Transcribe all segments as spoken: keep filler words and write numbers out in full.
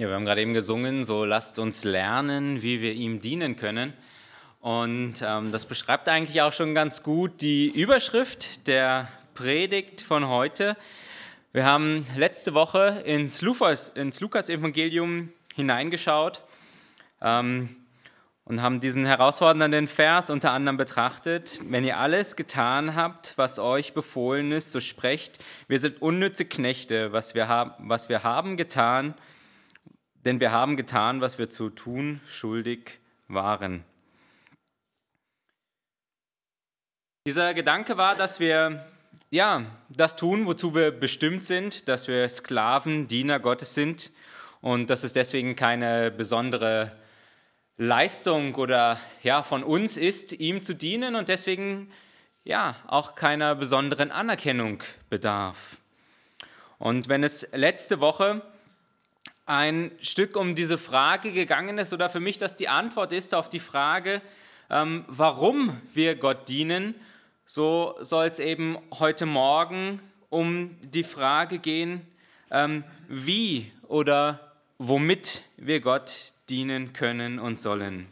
Ja, wir haben gerade eben gesungen, so lasst uns lernen, wie wir ihm dienen können. Und ähm, das beschreibt eigentlich auch schon ganz gut die Überschrift der Predigt von heute. Wir haben letzte Woche ins Lukas, ins Lukas-Evangelium hineingeschaut ähm, und haben diesen herausfordernden Vers unter anderem betrachtet. Wenn ihr alles getan habt, was euch befohlen ist, so sprecht, wir sind unnütze Knechte, was wir, hab, was wir haben getan, denn wir haben getan, was wir zu tun schuldig waren. Dieser Gedanke war, dass wir ja, das tun, wozu wir bestimmt sind, dass wir Sklaven, Diener Gottes sind und dass es deswegen keine besondere Leistung oder ja, von uns ist, ihm zu dienen und deswegen ja, auch keiner besonderen Anerkennung bedarf. Und wenn es letzte Woche ein Stück um diese Frage gegangen ist, oder für mich das die Antwort ist auf die Frage, ähm, warum wir Gott dienen, so soll es eben heute Morgen um die Frage gehen, ähm, wie oder womit wir Gott dienen können und sollen.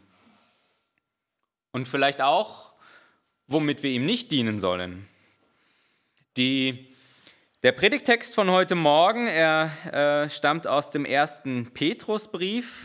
Und vielleicht auch, womit wir ihm nicht dienen sollen. Die Der Predigttext von heute Morgen, er äh, stammt aus dem ersten Petrusbrief.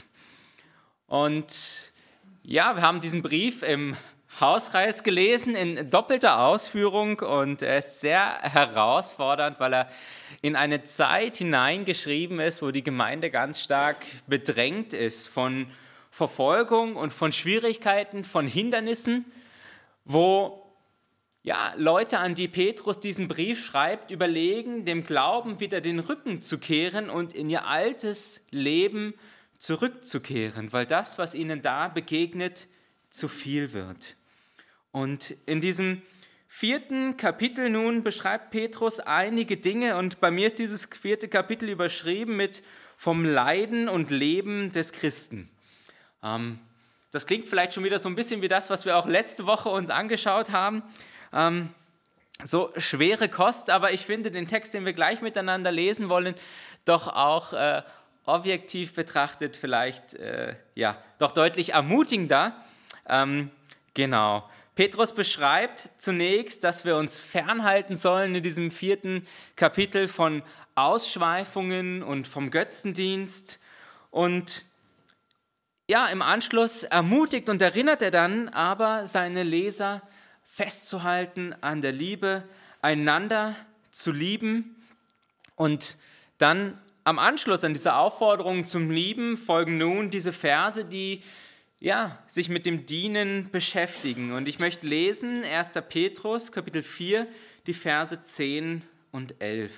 Und ja, wir haben diesen Brief im Hauskreis gelesen, in doppelter Ausführung. Und er ist sehr herausfordernd, weil er in eine Zeit hineingeschrieben ist, wo die Gemeinde ganz stark bedrängt ist von Verfolgung und von Schwierigkeiten, von Hindernissen, wo ja, Leute, an die Petrus diesen Brief schreibt, überlegen, dem Glauben wieder den Rücken zu kehren und in ihr altes Leben zurückzukehren, weil das, was ihnen da begegnet, zu viel wird. Und in diesem vierten Kapitel nun beschreibt Petrus einige Dinge und bei mir ist dieses vierte Kapitel überschrieben mit vom Leiden und Leben des Christen. Ähm, das klingt vielleicht schon wieder so ein bisschen wie das, was wir auch letzte Woche uns angeschaut haben. Ähm, so schwere Kost, aber ich finde den Text, den wir gleich miteinander lesen wollen, doch auch äh, objektiv betrachtet vielleicht äh, ja, doch deutlich ermutigender. Ähm, genau. Petrus beschreibt zunächst, dass wir uns fernhalten sollen in diesem vierten Kapitel von Ausschweifungen und vom Götzendienst. Und ja, im Anschluss ermutigt und erinnert er dann aber seine Leser, festzuhalten an der Liebe, einander zu lieben. Und dann am Anschluss an diese Aufforderung zum Lieben folgen nun diese Verse, die ja, sich mit dem Dienen beschäftigen. Und ich möchte lesen erster Petrus, Kapitel vier, die Verse zehn und elf.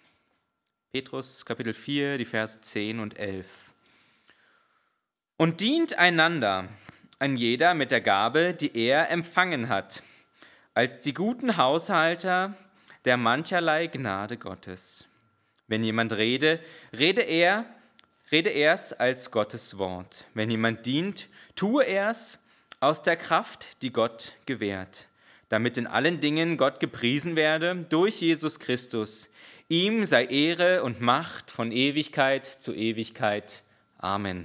Petrus, Kapitel vier, die Verse zehn und elf. Und dient einander, ein jeder mit der Gabe, die er empfangen hat, als die guten Haushalter der mancherlei Gnade Gottes. Wenn jemand rede, rede er, rede er's als Gottes Wort. Wenn jemand dient, tue er's aus der Kraft, die Gott gewährt, damit in allen Dingen Gott gepriesen werde durch Jesus Christus. Ihm sei Ehre und Macht von Ewigkeit zu Ewigkeit. Amen.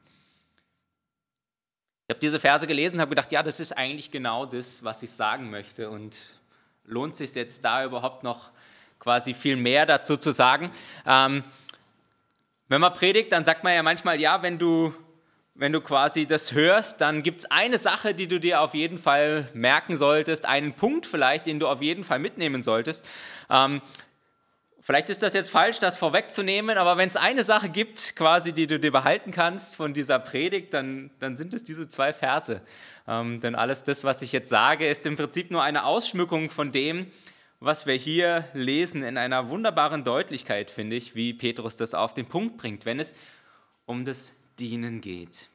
Ich habe diese Verse gelesen und habe gedacht, ja, das ist eigentlich genau das, was ich sagen möchte. Und lohnt sich jetzt da überhaupt noch quasi viel mehr dazu zu sagen? Ähm, wenn man predigt, dann sagt man ja manchmal, ja, wenn du, wenn du quasi das hörst, dann gibt es eine Sache, die du dir auf jeden Fall merken solltest, einen Punkt vielleicht, den du auf jeden Fall mitnehmen solltest. Ähm, Vielleicht ist das jetzt falsch, das vorwegzunehmen, aber wenn es eine Sache gibt, quasi, die du dir behalten kannst von dieser Predigt, dann, dann sind es diese zwei Verse. Ähm, denn alles das, was ich jetzt sage, ist im Prinzip nur eine Ausschmückung von dem, was wir hier lesen, in einer wunderbaren Deutlichkeit, finde ich, wie Petrus das auf den Punkt bringt, wenn es um das Dienen geht.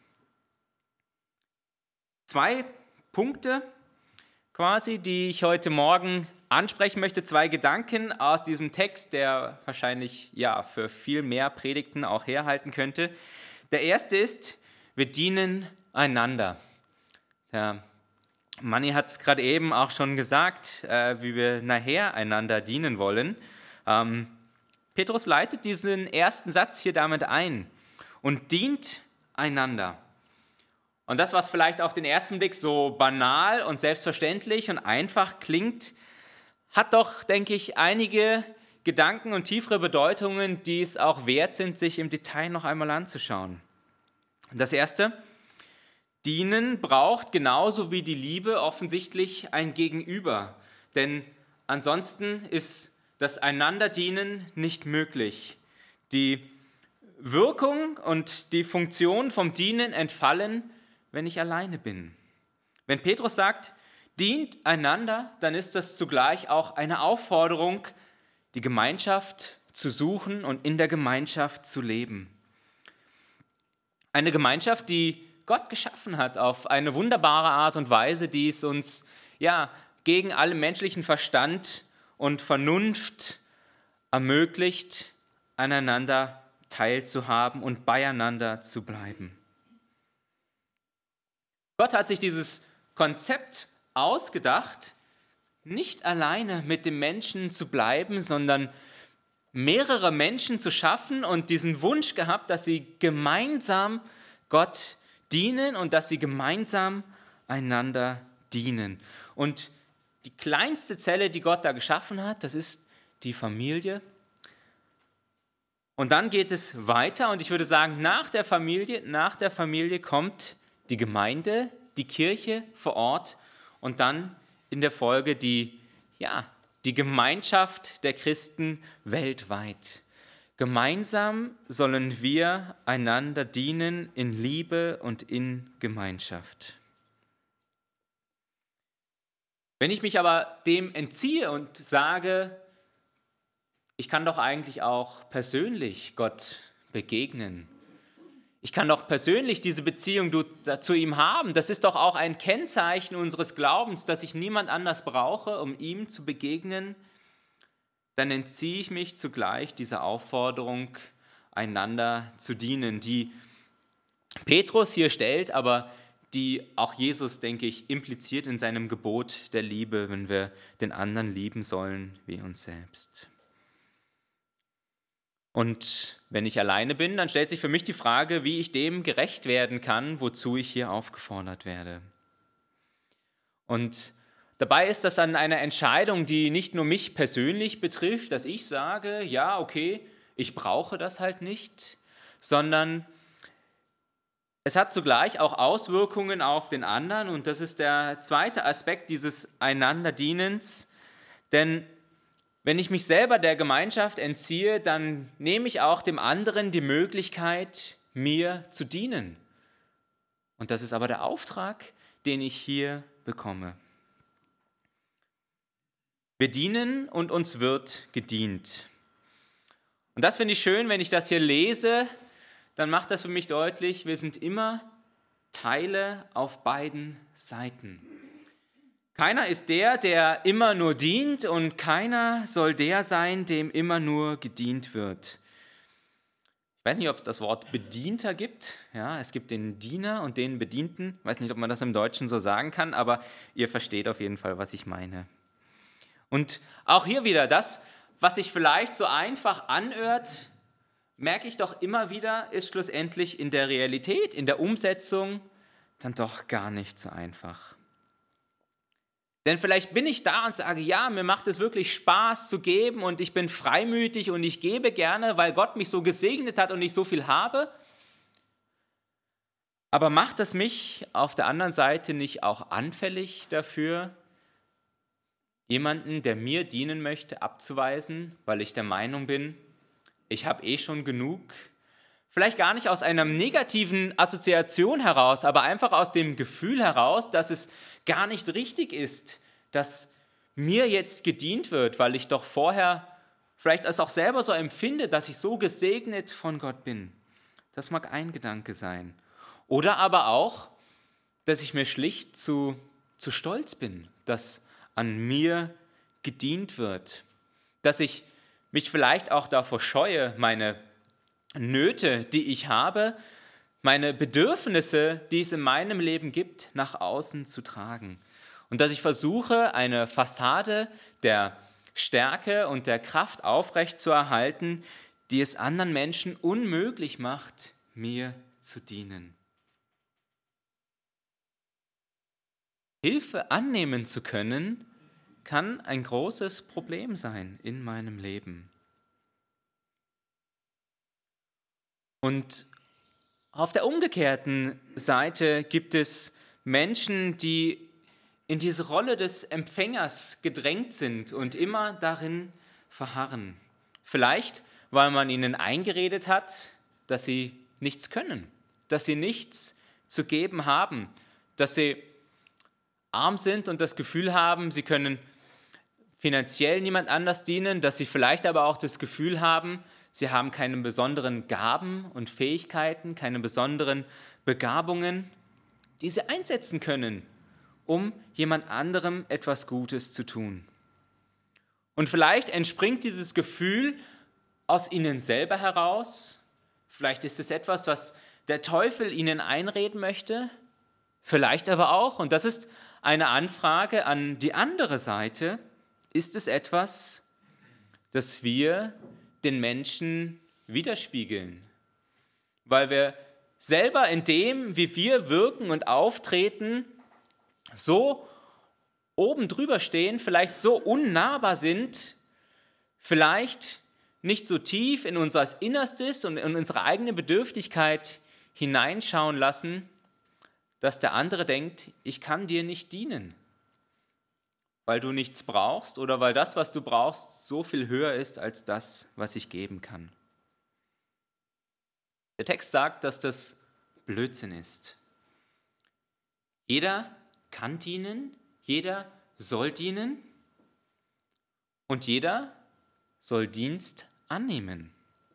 Zwei Punkte quasi, die ich heute Morgen ansprechen möchte, zwei Gedanken aus diesem Text, der wahrscheinlich ja für viel mehr Predigten auch herhalten könnte. Der erste ist, wir dienen einander. Der Manni hat es gerade eben auch schon gesagt, äh, wie wir nachher einander dienen wollen. Ähm, Petrus leitet diesen ersten Satz hier damit ein. und dient einander. Und das, was vielleicht auf den ersten Blick so banal und selbstverständlich und einfach klingt, hat doch, denke ich, einige Gedanken und tiefere Bedeutungen, die es auch wert sind, sich im Detail noch einmal anzuschauen. Das erste: Dienen braucht genauso wie die Liebe offensichtlich ein Gegenüber, denn ansonsten ist das Einanderdienen nicht möglich. Die Wirkung und die Funktion vom Dienen entfallen, wenn ich alleine bin. Wenn Petrus sagt, dient einander, dann ist das zugleich auch eine Aufforderung, die Gemeinschaft zu suchen und in der Gemeinschaft zu leben. Eine Gemeinschaft, die Gott geschaffen hat auf eine wunderbare Art und Weise, die es uns ja gegen allen menschlichen Verstand und Vernunft ermöglicht, aneinander teilzuhaben und beieinander zu bleiben. Gott hat sich dieses Konzept ausgedacht, nicht alleine mit dem Menschen zu bleiben, sondern mehrere Menschen zu schaffen und diesen Wunsch gehabt, dass sie gemeinsam Gott dienen und dass sie gemeinsam einander dienen. Und die kleinste Zelle, die Gott da geschaffen hat, das ist die Familie. Und dann geht es weiter und ich würde sagen, nach der Familie, nach der Familie kommt die Gemeinde, die Kirche vor Ort und dann in der Folge die, ja, die Gemeinschaft der Christen weltweit. Gemeinsam sollen wir einander dienen in Liebe und in Gemeinschaft. Wenn ich mich aber dem entziehe und sage, ich kann doch eigentlich auch persönlich Gott begegnen, ich kann doch persönlich diese Beziehung zu ihm haben, das ist doch auch ein Kennzeichen unseres Glaubens, dass ich niemand anders brauche, um ihm zu begegnen, dann entziehe ich mich zugleich dieser Aufforderung, einander zu dienen, die Petrus hier stellt, aber die auch Jesus, denke ich, impliziert in seinem Gebot der Liebe, wenn wir den anderen lieben sollen wie uns selbst. Und wenn ich alleine bin, dann stellt sich für mich die Frage, wie ich dem gerecht werden kann, wozu ich hier aufgefordert werde. Und dabei ist das dann eine Entscheidung, die nicht nur mich persönlich betrifft, dass ich sage, ja, okay, ich brauche das halt nicht, sondern es hat zugleich auch Auswirkungen auf den anderen und das ist der zweite Aspekt dieses Einanderdienens, denn wenn ich mich selber der Gemeinschaft entziehe, dann nehme ich auch dem anderen die Möglichkeit, mir zu dienen. Und das ist aber der Auftrag, den ich hier bekomme. Wir dienen und uns wird gedient. Und das finde ich schön, wenn ich das hier lese, dann macht das für mich deutlich, wir sind immer Teile auf beiden Seiten. Keiner ist der, der immer nur dient und keiner soll der sein, dem immer nur gedient wird. Ich weiß nicht, ob es das Wort Bedienter gibt. Ja, es gibt den Diener und den Bedienten. Ich weiß nicht, ob man das im Deutschen so sagen kann, aber ihr versteht auf jeden Fall, was ich meine. Und auch hier wieder das, was sich vielleicht so einfach anhört, merke ich doch immer wieder, ist schlussendlich in der Realität, in der Umsetzung dann doch gar nicht so einfach. Denn vielleicht bin ich da und sage, ja, mir macht es wirklich Spaß zu geben und ich bin freimütig und ich gebe gerne, weil Gott mich so gesegnet hat und ich so viel habe. Aber macht es mich auf der anderen Seite nicht auch anfällig dafür, jemanden, der mir dienen möchte, abzuweisen, weil ich der Meinung bin, ich habe eh schon genug? Vielleicht gar nicht aus einer negativen Assoziation heraus, aber einfach aus dem Gefühl heraus, dass es gar nicht richtig ist, dass mir jetzt gedient wird, weil ich doch vorher vielleicht es auch selber so empfinde, dass ich so gesegnet von Gott bin. Das mag ein Gedanke sein. Oder aber auch, dass ich mir schlicht zu, zu stolz bin, dass an mir gedient wird. Dass ich mich vielleicht auch davor scheue, meine Nöte, die ich habe, meine Bedürfnisse, die es in meinem Leben gibt, nach außen zu tragen. Und dass ich versuche, eine Fassade der Stärke und der Kraft aufrechtzuerhalten, die es anderen Menschen unmöglich macht, mir zu dienen. Hilfe annehmen zu können, kann ein großes Problem sein in meinem Leben. Und auf der umgekehrten Seite gibt es Menschen, die in diese Rolle des Empfängers gedrängt sind und immer darin verharren. Vielleicht, weil man ihnen eingeredet hat, dass sie nichts können, dass sie nichts zu geben haben, dass sie arm sind und das Gefühl haben, sie können finanziell niemand anders dienen, dass sie vielleicht aber auch das Gefühl haben, sie haben keine besonderen Gaben und Fähigkeiten, keine besonderen Begabungen, die sie einsetzen können, um jemand anderem etwas Gutes zu tun. Und vielleicht entspringt dieses Gefühl aus ihnen selber heraus. Vielleicht ist es etwas, was der Teufel ihnen einreden möchte. Vielleicht aber auch, und das ist eine Anfrage an die andere Seite, ist es etwas, das wir den Menschen widerspiegeln. Weil wir selber in dem, wie wir wirken und auftreten, so oben drüber stehen, vielleicht so unnahbar sind, vielleicht nicht so tief in unser Innerstes und in unsere eigene Bedürftigkeit hineinschauen lassen, dass der andere denkt, ich kann dir nicht dienen, weil du nichts brauchst oder weil das, was du brauchst, so viel höher ist als das, was ich geben kann. Der Text sagt, dass das Blödsinn ist. Jeder kann dienen, jeder soll dienen und jeder soll Dienst annehmen.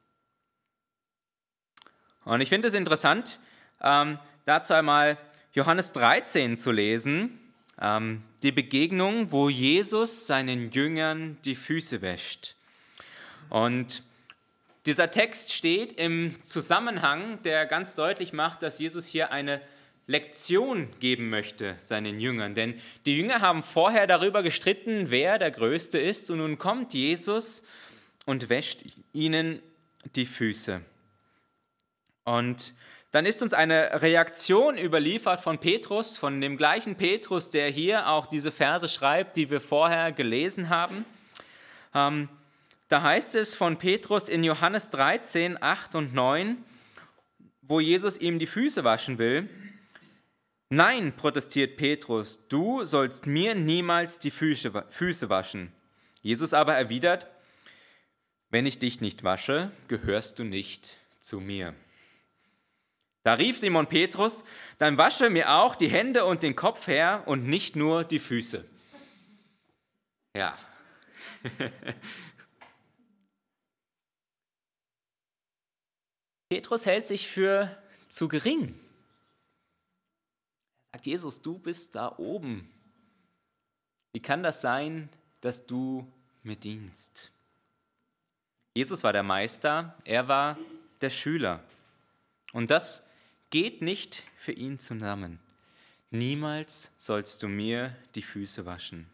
Und ich finde es interessant, ähm, dazu einmal Johannes dreizehn zu lesen, ähm, die Begegnung, wo Jesus seinen Jüngern die Füße wäscht. Und dieser Text steht im Zusammenhang, der ganz deutlich macht, dass Jesus hier eine Lektion geben möchte seinen Jüngern. Denn die Jünger haben vorher darüber gestritten, wer der Größte ist. Und nun kommt Jesus und wäscht ihnen die Füße. Und dann ist uns eine Reaktion überliefert von Petrus, von dem gleichen Petrus, der hier auch diese Verse schreibt, die wir vorher gelesen haben. Ähm, da heißt es von Petrus in Johannes dreizehn, acht und neun, wo Jesus ihm die Füße waschen will. Nein, protestiert Petrus, du sollst mir niemals die Füße waschen. Jesus aber erwidert, wenn ich dich nicht wasche, gehörst du nicht zu mir. Da rief Simon Petrus, dann wasche mir auch die Hände und den Kopf her und nicht nur die Füße. Ja. Petrus hält sich für zu gering. Er sagt, Jesus, du bist da oben. Wie kann das sein, dass du mir dienst? Jesus war der Meister, er war der Schüler. Und das geht nicht für ihn zusammen. Niemals sollst du mir die Füße waschen.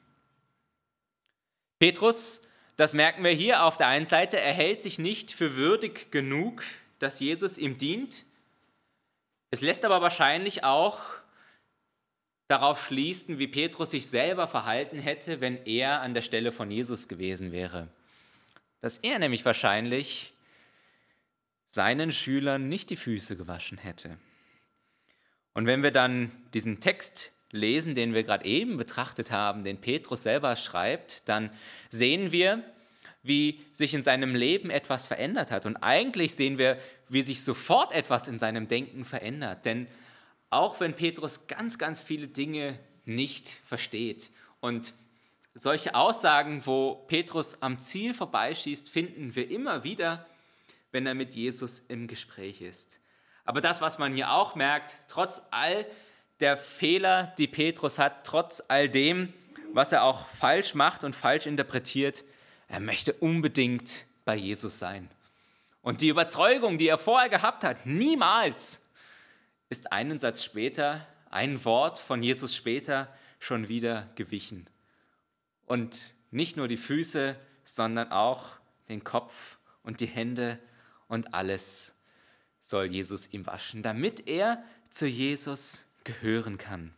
Petrus, das merken wir hier auf der einen Seite, er hält sich nicht für würdig genug, dass Jesus ihm dient. Es lässt aber wahrscheinlich auch darauf schließen, wie Petrus sich selber verhalten hätte, wenn er an der Stelle von Jesus gewesen wäre. Dass er nämlich wahrscheinlich seinen Schülern nicht die Füße gewaschen hätte. Und wenn wir dann diesen Text lesen, den wir gerade eben betrachtet haben, den Petrus selber schreibt, dann sehen wir, wie sich in seinem Leben etwas verändert hat. Und eigentlich sehen wir, wie sich sofort etwas in seinem Denken verändert. Denn auch wenn Petrus ganz, ganz viele Dinge nicht versteht und solche Aussagen, wo Petrus am Ziel vorbeischießt, finden wir immer wieder, wenn er mit Jesus im Gespräch ist. Aber das, was man hier auch merkt, trotz all der Fehler, die Petrus hat, trotz all dem, was er auch falsch macht und falsch interpretiert, er möchte unbedingt bei Jesus sein. Und die Überzeugung, die er vorher gehabt hat, niemals, ist einen Satz später, ein Wort von Jesus später schon wieder gewichen. Und nicht nur die Füße, sondern auch den Kopf und die Hände und alles soll Jesus ihm waschen, damit er zu Jesus gehören kann.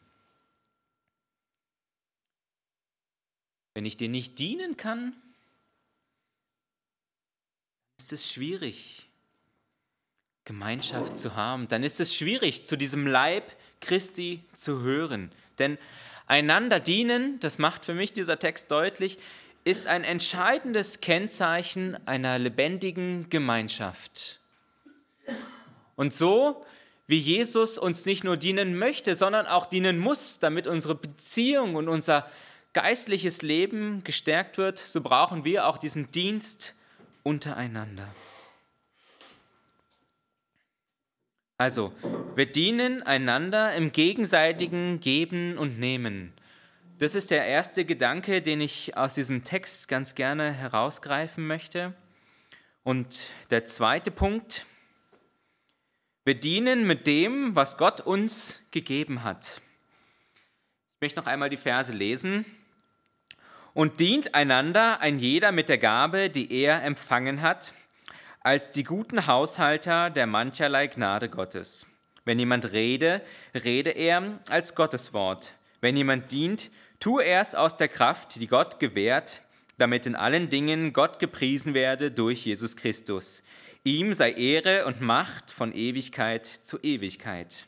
Wenn ich dir nicht dienen kann, ist es schwierig, Gemeinschaft zu haben. Dann ist es schwierig, zu diesem Leib Christi zu hören. Denn einander dienen, das macht für mich dieser Text deutlich, ist ein entscheidendes Kennzeichen einer lebendigen Gemeinschaft. Und so, wie Jesus uns nicht nur dienen möchte, sondern auch dienen muss, damit unsere Beziehung und unser geistliches Leben gestärkt wird, so brauchen wir auch diesen Dienst untereinander. Also, wir dienen einander im gegenseitigen Geben und Nehmen. Das ist der erste Gedanke, den ich aus diesem Text ganz gerne herausgreifen möchte. Und der zweite Punkt: Wir dienen mit dem, was Gott uns gegeben hat. Ich möchte noch einmal die Verse lesen. Und dient einander ein jeder mit der Gabe, die er empfangen hat, als die guten Haushalter der mancherlei Gnade Gottes. Wenn jemand rede, rede er als Gottes Wort. Wenn jemand dient, tue er es aus der Kraft, die Gott gewährt, damit in allen Dingen Gott gepriesen werde durch Jesus Christus. Ihm sei Ehre und Macht von Ewigkeit zu Ewigkeit.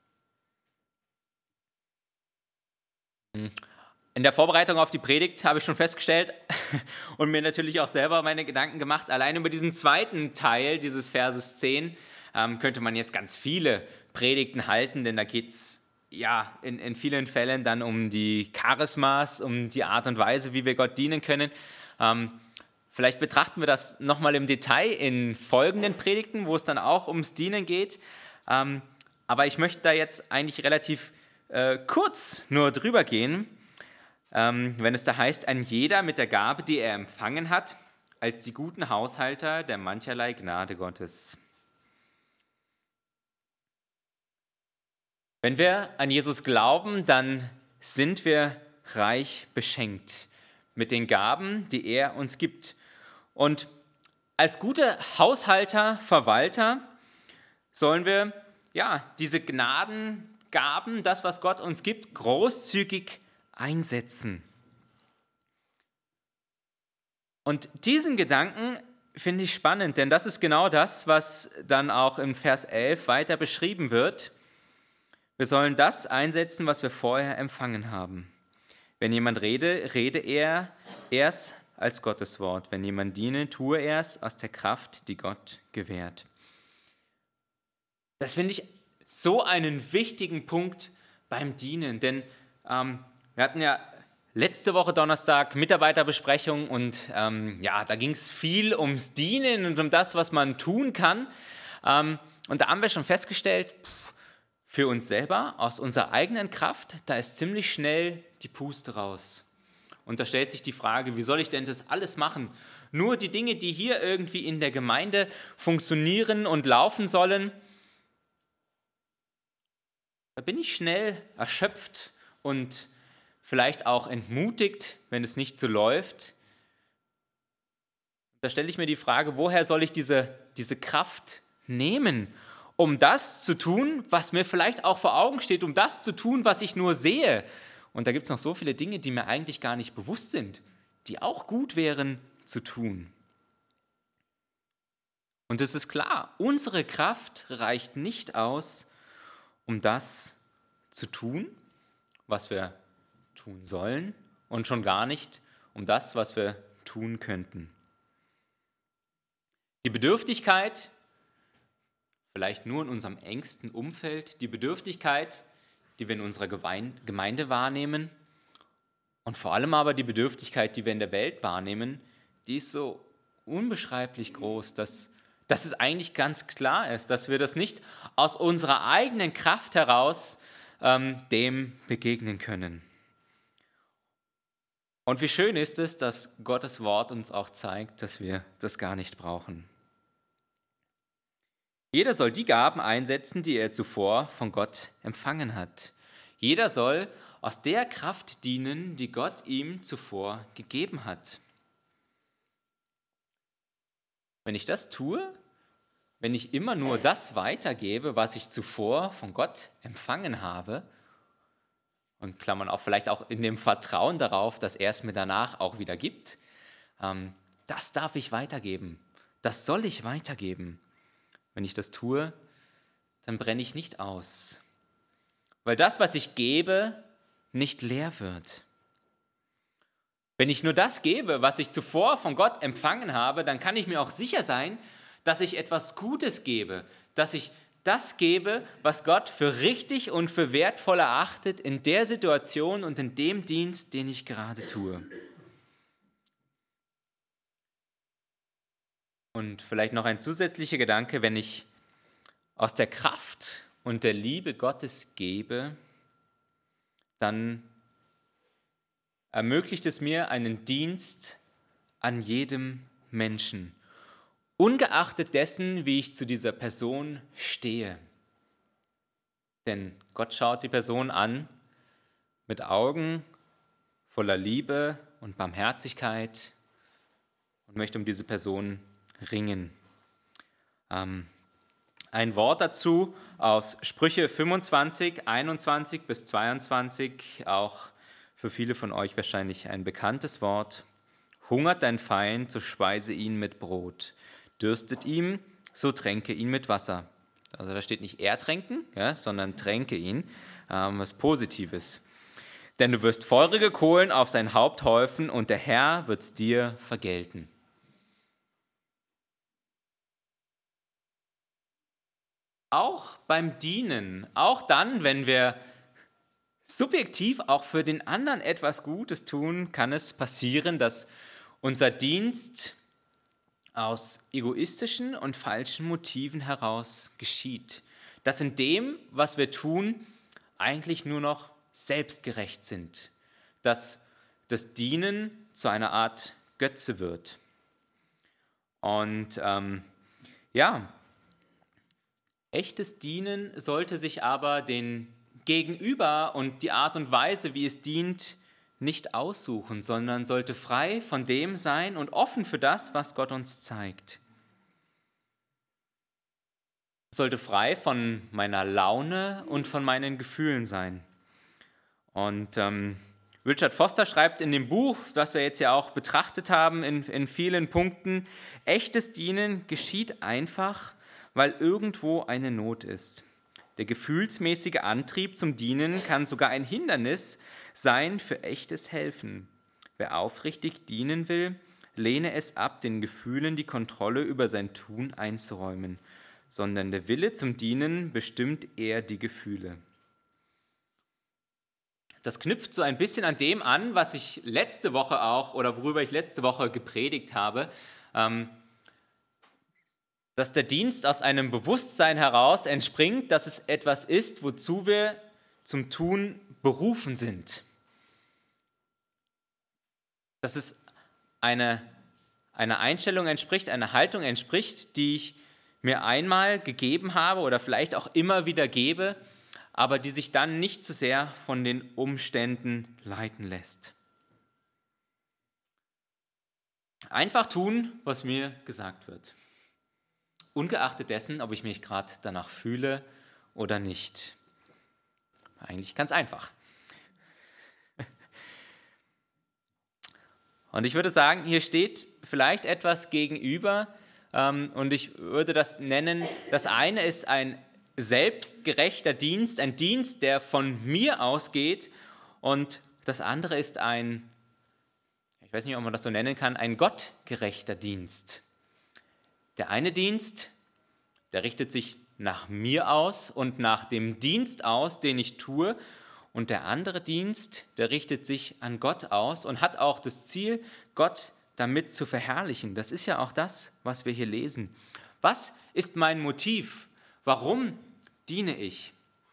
In der Vorbereitung auf die Predigt habe ich schon festgestellt und mir natürlich auch selber meine Gedanken gemacht, allein über diesen zweiten Teil dieses Verses zehn ähm, könnte man jetzt ganz viele Predigten halten, denn da geht es ja in, in vielen Fällen dann um die Charismas, um die Art und Weise, wie wir Gott dienen können. Ähm, vielleicht betrachten wir das nochmal im Detail in folgenden Predigten, wo es dann auch ums Dienen geht. Ähm, aber ich möchte da jetzt eigentlich relativ äh, kurz nur drüber gehen, Ähm, wenn es da heißt, ein jeder mit der Gabe, die er empfangen hat, als die guten Haushalter der mancherlei Gnade Gottes. Wenn wir an Jesus glauben, dann sind wir reich beschenkt mit den Gaben, die er uns gibt. Und als gute Haushalter, Verwalter sollen wir ja diese Gnadengaben, das, was Gott uns gibt, großzügig einsetzen. Und diesen Gedanken finde ich spannend, denn das ist genau das, was dann auch im Vers elf weiter beschrieben wird. Wir sollen das einsetzen, was wir vorher empfangen haben. Wenn jemand rede, rede er erst als Gottes Wort. Wenn jemand diene, tue er es aus der Kraft, die Gott gewährt. Das finde ich so einen wichtigen Punkt beim Dienen, denn ähm, wir hatten ja letzte Woche Donnerstag Mitarbeiterbesprechung und ähm, ja, da ging es viel ums Dienen und um das, was man tun kann. Ähm, und da haben wir schon festgestellt, pff, für uns selber, aus unserer eigenen Kraft, da ist ziemlich schnell die Puste raus. Und da stellt sich die Frage, wie soll ich denn das alles machen? Nur die Dinge, die hier irgendwie in der Gemeinde funktionieren und laufen sollen, da bin ich schnell erschöpft und vielleicht auch entmutigt, wenn es nicht so läuft. Da stelle ich mir die Frage, woher soll ich diese, diese Kraft nehmen, um das zu tun, was mir vielleicht auch vor Augen steht, um das zu tun, was ich nur sehe. Und da gibt es noch so viele Dinge, die mir eigentlich gar nicht bewusst sind, die auch gut wären zu tun. Und es ist klar, unsere Kraft reicht nicht aus, um das zu tun, was wir tun sollen und schon gar nicht um das, was wir tun könnten. Die Bedürftigkeit, vielleicht nur in unserem engsten Umfeld, die Bedürftigkeit, die wir in unserer Gemeinde wahrnehmen und vor allem aber die Bedürftigkeit, die wir in der Welt wahrnehmen, die ist so unbeschreiblich groß, dass, dass es eigentlich ganz klar ist, dass wir das nicht aus unserer eigenen Kraft heraus ähm, dem begegnen können. Und wie schön ist es, dass Gottes Wort uns auch zeigt, dass wir das gar nicht brauchen. Jeder soll die Gaben einsetzen, die er zuvor von Gott empfangen hat. Jeder soll aus der Kraft dienen, die Gott ihm zuvor gegeben hat. Wenn ich das tue, wenn ich immer nur das weitergebe, was ich zuvor von Gott empfangen habe, und Klammern auf, vielleicht auch in dem Vertrauen darauf, dass er es mir danach auch wieder gibt, ähm, das darf ich weitergeben. Das soll ich weitergeben. Wenn ich das tue, dann brenne ich nicht aus. Weil das, was ich gebe, nicht leer wird. Wenn ich nur das gebe, was ich zuvor von Gott empfangen habe, dann kann ich mir auch sicher sein, dass ich etwas Gutes gebe, dass ich das gebe, was Gott für richtig und für wertvoll erachtet in der Situation und in dem Dienst, den ich gerade tue. Und vielleicht noch ein zusätzlicher Gedanke, wenn ich aus der Kraft und der Liebe Gottes gebe, dann ermöglicht es mir einen Dienst an jedem Menschen, ungeachtet dessen, wie ich zu dieser Person stehe. Denn Gott schaut die Person an mit Augen voller Liebe und Barmherzigkeit und möchte um diese Person ringen. Ähm, ein Wort dazu aus Sprüche fünfundzwanzig, einundzwanzig bis zweiundzwanzig, auch für viele von euch wahrscheinlich ein bekanntes Wort. Hungert dein Feind, so speise ihn mit Brot. Dürstet ihm, so tränke ihn mit Wasser. Also da steht nicht ertränken, ja, sondern tränke ihn, ähm, was Positives. Denn du wirst feurige Kohlen auf sein Haupt häufen und der Herr wird es dir vergelten. Auch beim Dienen, auch dann, wenn wir subjektiv auch für den anderen etwas Gutes tun, kann es passieren, dass unser Dienst aus egoistischen und falschen Motiven heraus geschieht. Dass in dem, was wir tun, eigentlich nur noch selbstgerecht sind. Dass das Dienen zu einer Art Götze wird. Und ähm, ja, echtes Dienen sollte sich aber den Gegenüber und die Art und Weise, wie es dient, nicht aussuchen, sondern sollte frei von dem sein und offen für das, was Gott uns zeigt. Es sollte frei von meiner Laune und von meinen Gefühlen sein. Und ähm, Richard Foster schreibt in dem Buch, was wir jetzt ja auch betrachtet haben, in, in vielen Punkten, echtes Dienen geschieht einfach, weil irgendwo eine Not ist. Der gefühlsmäßige Antrieb zum Dienen kann sogar ein Hindernis sein für echtes Helfen. Wer aufrichtig dienen will, lehne es ab, den Gefühlen die Kontrolle über sein Tun einzuräumen, sondern der Wille zum Dienen bestimmt eher die Gefühle. Das knüpft so ein bisschen an dem an, was ich letzte Woche auch oder worüber ich letzte Woche gepredigt habe, ähm, dass der Dienst aus einem Bewusstsein heraus entspringt, dass es etwas ist, wozu wir zum Tun berufen sind. Dass es eine, eine Einstellung entspricht, eine Haltung entspricht, die ich mir einmal gegeben habe oder vielleicht auch immer wieder gebe, aber die sich dann nicht zu sehr von den Umständen leiten lässt. Einfach tun, was mir gesagt wird. Ungeachtet dessen, ob ich mich gerade danach fühle oder nicht. Eigentlich ganz einfach. Und ich würde sagen, hier steht vielleicht etwas gegenüber ähm, und ich würde das nennen, das eine ist ein selbstgerechter Dienst, ein Dienst, der von mir ausgeht und das andere ist ein, ich weiß nicht, ob man das so nennen kann, ein gottgerechter Dienst. Der eine Dienst, der richtet sich nach mir aus und nach dem Dienst aus, den ich tue. Und der andere Dienst, der richtet sich an Gott aus und hat auch das Ziel, Gott damit zu verherrlichen. Das ist ja auch das, was wir hier lesen. Was ist mein Motiv? Warum diene ich?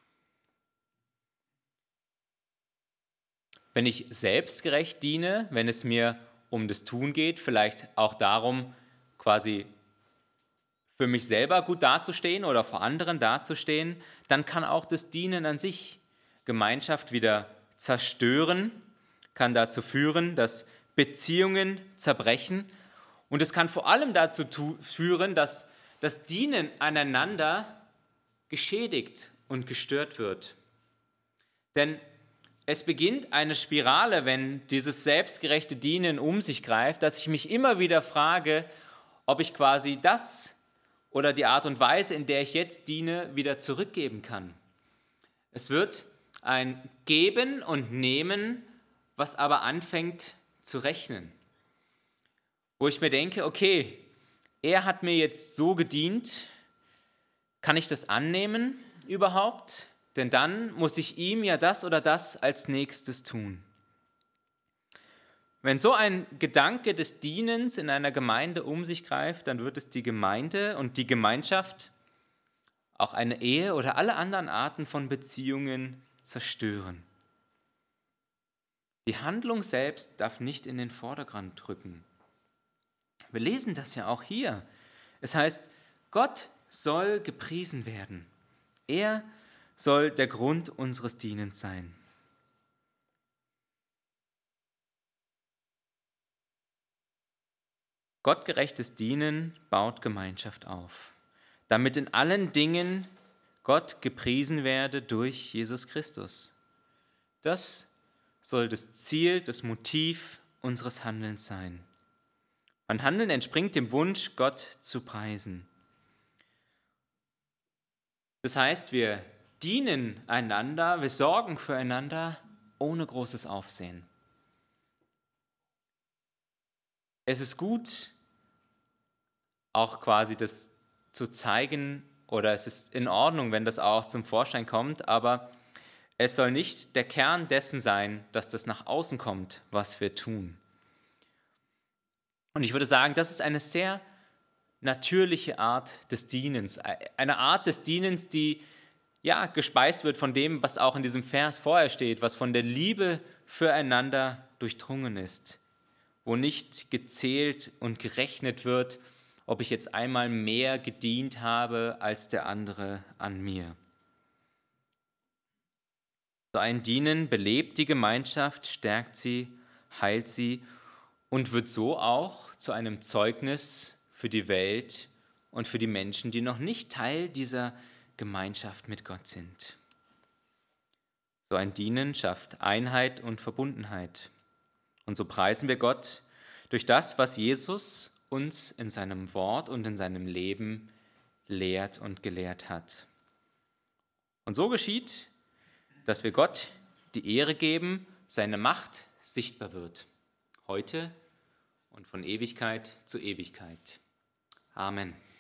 Wenn ich selbstgerecht diene, wenn es mir um das Tun geht, vielleicht auch darum, quasi für mich selber gut dazustehen oder vor anderen dazustehen, dann kann auch das Dienen an sich Gemeinschaft wieder zerstören, kann dazu führen, dass Beziehungen zerbrechen und es kann vor allem dazu tu- führen, dass das Dienen aneinander geschädigt und gestört wird. Denn es beginnt eine Spirale, wenn dieses selbstgerechte Dienen um sich greift, dass ich mich immer wieder frage, ob ich quasi das oder die Art und Weise, in der ich jetzt diene, wieder zurückgeben kann. Es wird ein Geben und Nehmen, was aber anfängt zu rechnen. Wo ich mir denke, okay, er hat mir jetzt so gedient, kann ich das annehmen überhaupt? Denn dann muss ich ihm ja das oder das als nächstes tun. Wenn so ein Gedanke des Dienens in einer Gemeinde um sich greift, dann wird es die Gemeinde und die Gemeinschaft, auch eine Ehe oder alle anderen Arten von Beziehungen zerstören. Die Handlung selbst darf nicht in den Vordergrund rücken. Wir lesen das ja auch hier. Es heißt, Gott soll gepriesen werden. Er soll der Grund unseres Dienens sein. Gottgerechtes Dienen baut Gemeinschaft auf, damit in allen Dingen Gott gepriesen werde durch Jesus Christus. Das soll das Ziel, das Motiv unseres Handelns sein. Mein Handeln entspringt dem Wunsch, Gott zu preisen. Das heißt, wir dienen einander, wir sorgen füreinander ohne großes Aufsehen. Es ist gut, auch quasi das zu zeigen, oder es ist in Ordnung, wenn das auch zum Vorschein kommt, aber es soll nicht der Kern dessen sein, dass das nach außen kommt, was wir tun. Und ich würde sagen, das ist eine sehr natürliche Art des Dienens, eine Art des Dienens, die ja gespeist wird von dem, was auch in diesem Vers vorher steht, was von der Liebe füreinander durchdrungen ist, wo nicht gezählt und gerechnet wird, ob ich jetzt einmal mehr gedient habe als der andere an mir. So ein Dienen belebt die Gemeinschaft, stärkt sie, heilt sie und wird so auch zu einem Zeugnis für die Welt und für die Menschen, die noch nicht Teil dieser Gemeinschaft mit Gott sind. So ein Dienen schafft Einheit und Verbundenheit. Und so preisen wir Gott durch das, was Jesus uns in seinem Wort und in seinem Leben lehrt und gelehrt hat. Und so geschieht, dass wir Gott die Ehre geben, seine Macht sichtbar wird, heute und von Ewigkeit zu Ewigkeit. Amen.